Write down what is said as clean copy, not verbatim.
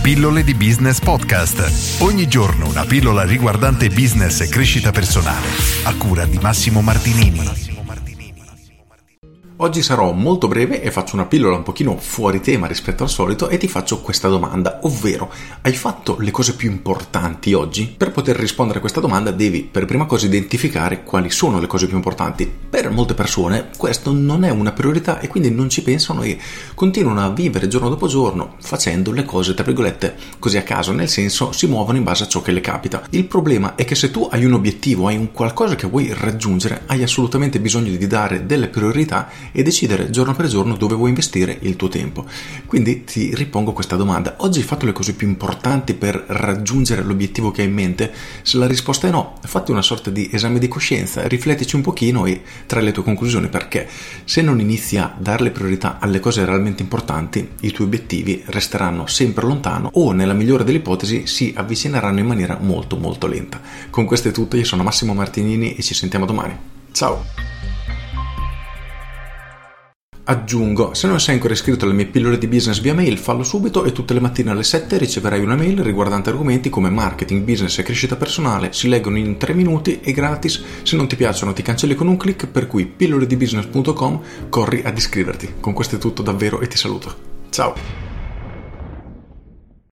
Pillole di Business Podcast. Ogni giorno una pillola riguardante business e crescita personale. A cura di Massimo Martinini. Oggi sarò molto breve e faccio una pillola un pochino fuori tema rispetto al solito e ti faccio questa domanda, ovvero: hai fatto le cose più importanti oggi? Per poter rispondere a questa domanda devi per prima cosa identificare quali sono le cose più importanti. Per molte persone questo non è una priorità e quindi non ci pensano e continuano a vivere giorno dopo giorno facendo le cose tra virgolette così a caso, nel senso si muovono in base a ciò che le capita. Il problema è che se tu hai un obiettivo, hai un qualcosa che vuoi raggiungere, hai assolutamente bisogno di dare delle priorità e decidere giorno per giorno dove vuoi investire il tuo tempo. Quindi ti ripongo questa domanda: oggi hai fatto le cose più importanti per raggiungere l'obiettivo che hai in mente? Se la risposta è no, fatti una sorta di esame di coscienza, riflettici un pochino e trai le tue conclusioni, perché se non inizi a dare priorità alle cose realmente importanti, i tuoi obiettivi resteranno sempre lontano o, nella migliore delle ipotesi, si avvicineranno in maniera molto molto lenta. Con questo è tutto, io sono Massimo Martinini e ci sentiamo domani. Ciao! Aggiungo, se non sei ancora iscritto alle mie pillole di business via mail, fallo subito e tutte le mattine alle 7 riceverai una mail riguardante argomenti come marketing, business e crescita personale. Si leggono in 3 minuti, è gratis, se non ti piacciono ti cancelli con un click, per cui pilloledibusiness.com, corri ad iscriverti. Con questo è tutto davvero e ti saluto. Ciao!